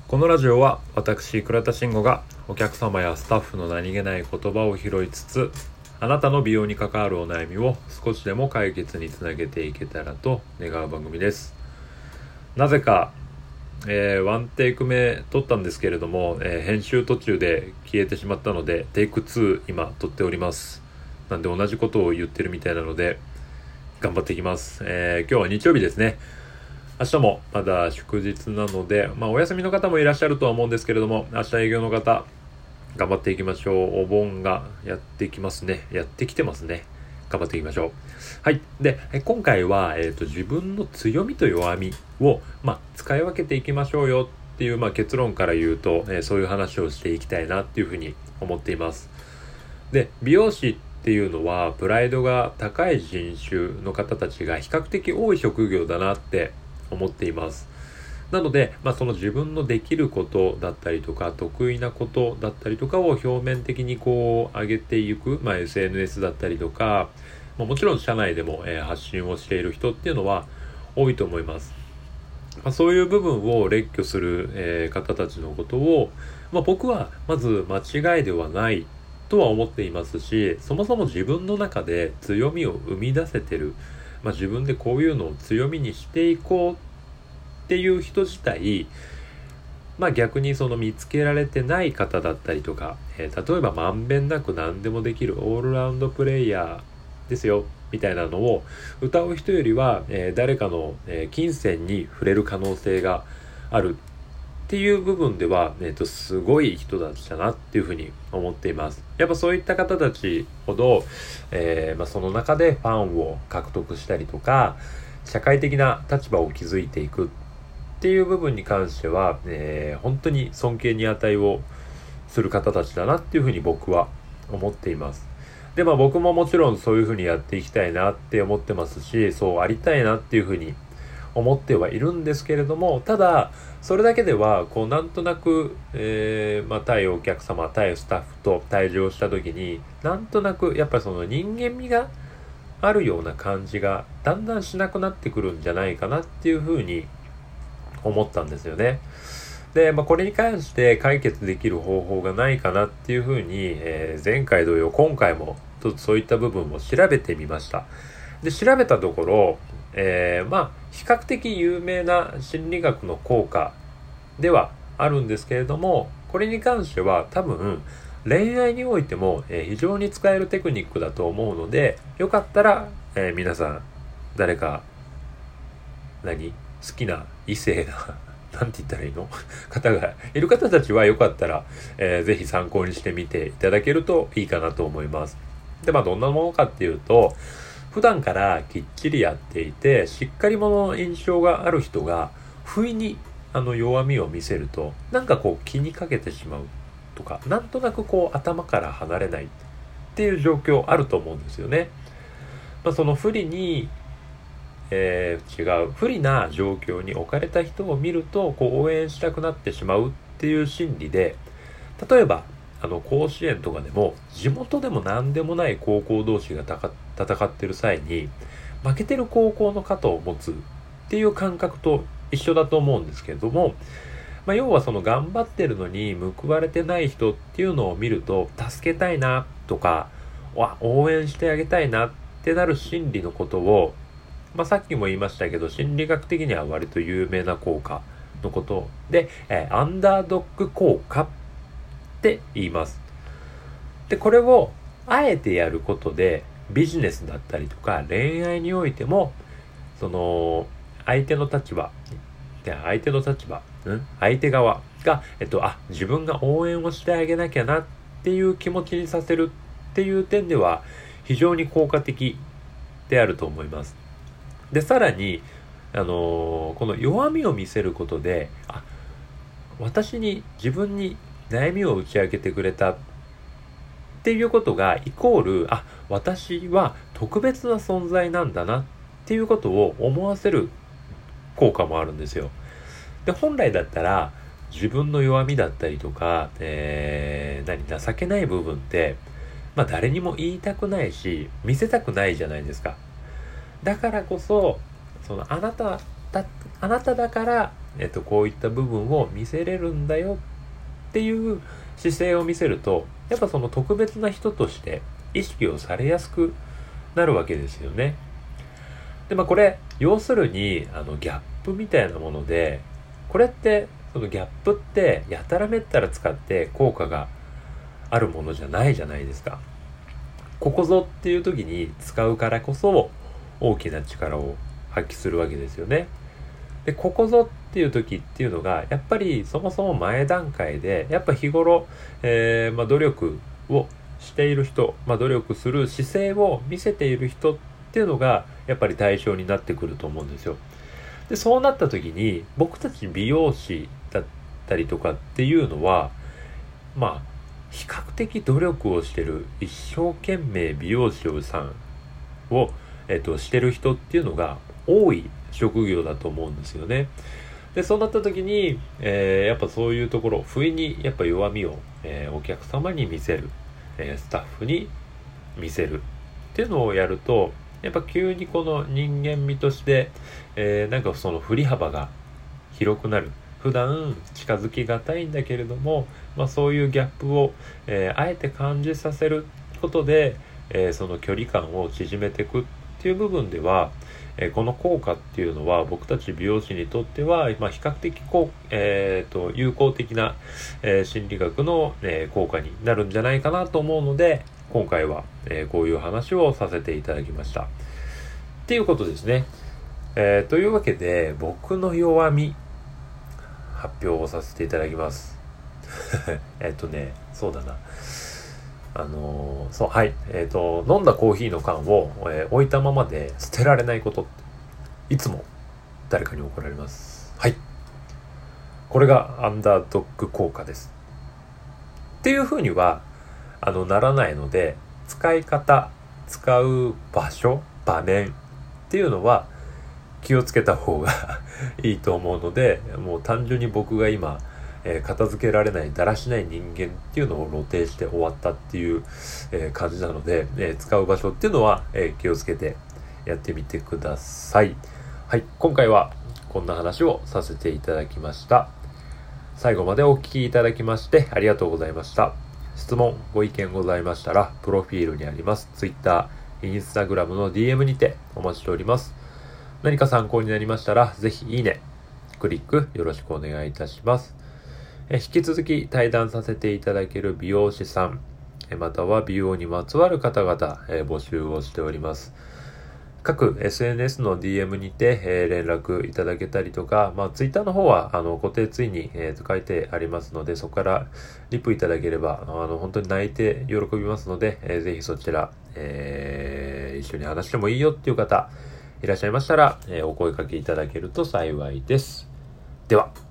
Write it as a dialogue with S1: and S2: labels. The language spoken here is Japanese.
S1: このラジオは私倉田慎吾がお客様やスタッフの何気ない言葉を拾いつつ、あなたの美容に関わるお悩みを少しでも解決につなげていけたらと願う番組です。なぜか、ワンテイク目撮ったんですけれども、編集途中で消えてしまったのでテイク2今撮っております。なんで同じことを言ってるみたいなので頑張っていきます。今日は日曜日ですね。明日もまだ祝日なので、お休みの方もいらっしゃるとは思うんですけれども、明日営業の方頑張っていきましょう。お盆がやってきてますね。頑張っていきましょう。はい。で、今回は、自分の強みと弱みを、使い分けていきましょうよっていう、結論から言うと、そういう話をしていきたいなっていうふうに思っています。で、美容師っていうのはプライドが高い人種の方たちが比較的多い職業だなって思っています。なので、その自分のできることだったりとか得意なことだったりとかを表面的に上げていく、SNS だったりとか、もちろん社内でも、発信をしている人っていうのは多いと思います。そういう部分を列挙する、方たちのことを、僕はまず間違いではないとは思っていますし、そもそも自分の中で強みを生み出せてる、自分でこういうのを強みにしていこうっていう人自体、逆にその見つけられてない方だったりとか、例えばまんべんなく何でもできるオールラウンドプレイヤーですよみたいなのを歌う人よりは、誰かの、金銭に触れる可能性があるっていう部分では、すごい人たちだなっていうふうに思っています。やっぱそういった方たちほど、その中でファンを獲得したりとか、社会的な立場を築いていくっていう部分に関しては、本当に尊敬に値をする方たちだなっていうふうに僕は思っています。で、僕ももちろんそういうふうにやっていきたいなって思ってますし、そうありたいなっていうふうに思ってはいるんですけれども、ただそれだけではなんとなく、対お客様対スタッフと対峙をした時になんとなくやっぱりその人間味があるような感じがだんだんしなくなってくるんじゃないかなっていうふうに思ったんですよね。で、これに関して解決できる方法がないかなっていうふうに、前回同様今回もちょっとそういった部分を調べてみました。で、調べたところ、比較的有名な心理学の効果ではあるんですけれども、これに関しては多分恋愛においても、非常に使えるテクニックだと思うので、よかったら、皆さん誰か好きな異性ななんて言ったらいいの方がいる方たちはよかったら、ぜひ参考にしてみていただけるといいかなと思います。で、どんなものかっていうと、普段からきっちりやっていてしっかり者の印象がある人が不意に弱みを見せると気にかけてしまうとか、なんとなく頭から離れないっていう状況あると思うんですよね。その不利な状況に置かれた人を見ると応援したくなってしまうっていう心理で、例えば甲子園とかでも地元でも何でもない高校同士が戦ってる際に負けてる高校の肩を持つっていう感覚と一緒だと思うんですけれども、要はその頑張ってるのに報われてない人っていうのを見ると助けたいなとか応援してあげたいなってなる心理のことを、さっきも言いましたけど心理学的には割と有名な効果のことで、アンダードッグ効果って言います。で、これをあえてやることでビジネスだったりとか恋愛においてもその相手側が、自分が応援をしてあげなきゃなっていう気持ちにさせるっていう点では非常に効果的であると思います。で、さらにこの弱みを見せることで自分に悩みを打ち明けてくれたっていうことがイコール私は特別な存在なんだなっていうことを思わせる効果もあるんですよ。で、本来だったら自分の弱みだったりとか、情けない部分って誰にも言いたくないし見せたくないじゃないですか。だからこそあなただからこういった部分を見せれるんだよっていう姿勢を見せると、やっぱその特別な人として意識をされやすくなるわけですよね。で、これ要するにギャップみたいなもので、これってそのギャップってやたらめったら使って効果があるものじゃないじゃないですか。ここぞっていう時に使うからこそ大きな力を発揮するわけですよね。で、ここぞっていう時っていうのがやっぱりそもそも前段階でやっぱ日頃、努力をしている人、努力する姿勢を見せている人っていうのがやっぱり対象になってくると思うんですよ。で、そうなった時に僕たち美容師だったりとかっていうのは比較的努力をしてる、一生懸命美容師さんを、してる人っていうのが多い職業だと思うんですよね。で、そうなった時に、やっぱそういうところ、不意にやっぱ弱みを、お客様に見せる、スタッフに見せるっていうのをやると、やっぱ急にこの人間味として、その振り幅が広くなる。普段近づきがたいんだけれども、そういうギャップを、あえて感じさせることで、その距離感を縮めていくっていう部分では、この効果っていうのは僕たち美容師にとっては、比較的有効的な、心理学の、効果になるんじゃないかなと思うので、今回は、こういう話をさせていただきましたっていうことですね。というわけで僕の弱み発表をさせていただきます。そうだな。はい。飲んだコーヒーの缶を、置いたままで捨てられないことって、いつも誰かに怒られます。はい。これがアンダードッグ効果です。っていう風には、ならないので、使い方、使う場所、場面っていうのは、気をつけた方がいいと思うので、もう単純に僕が今、片付けられないだらしない人間っていうのを露呈して終わったっていう、感じなので、使う場所っていうのは、気をつけてやってみてください。はい、今回はこんな話をさせていただきました。最後までお聞きいただきましてありがとうございました。質問ご意見ございましたらプロフィールにあります Twitter、Instagram の DM にてお待ちしております。何か参考になりましたら、ぜひいいね、クリックよろしくお願いいたします。引き続き対談させていただける美容師さん、または美容にまつわる方々、募集をしております。各 SNS の DM にて、連絡いただけたりとか、Twitter の方は固定ツイに、書いてありますので、そこからリプいただければ本当に泣いて喜びますので、ぜひそちら、一緒に話してもいいよっていう方いらっしゃいましたら、お声掛けいただけると幸いです。では。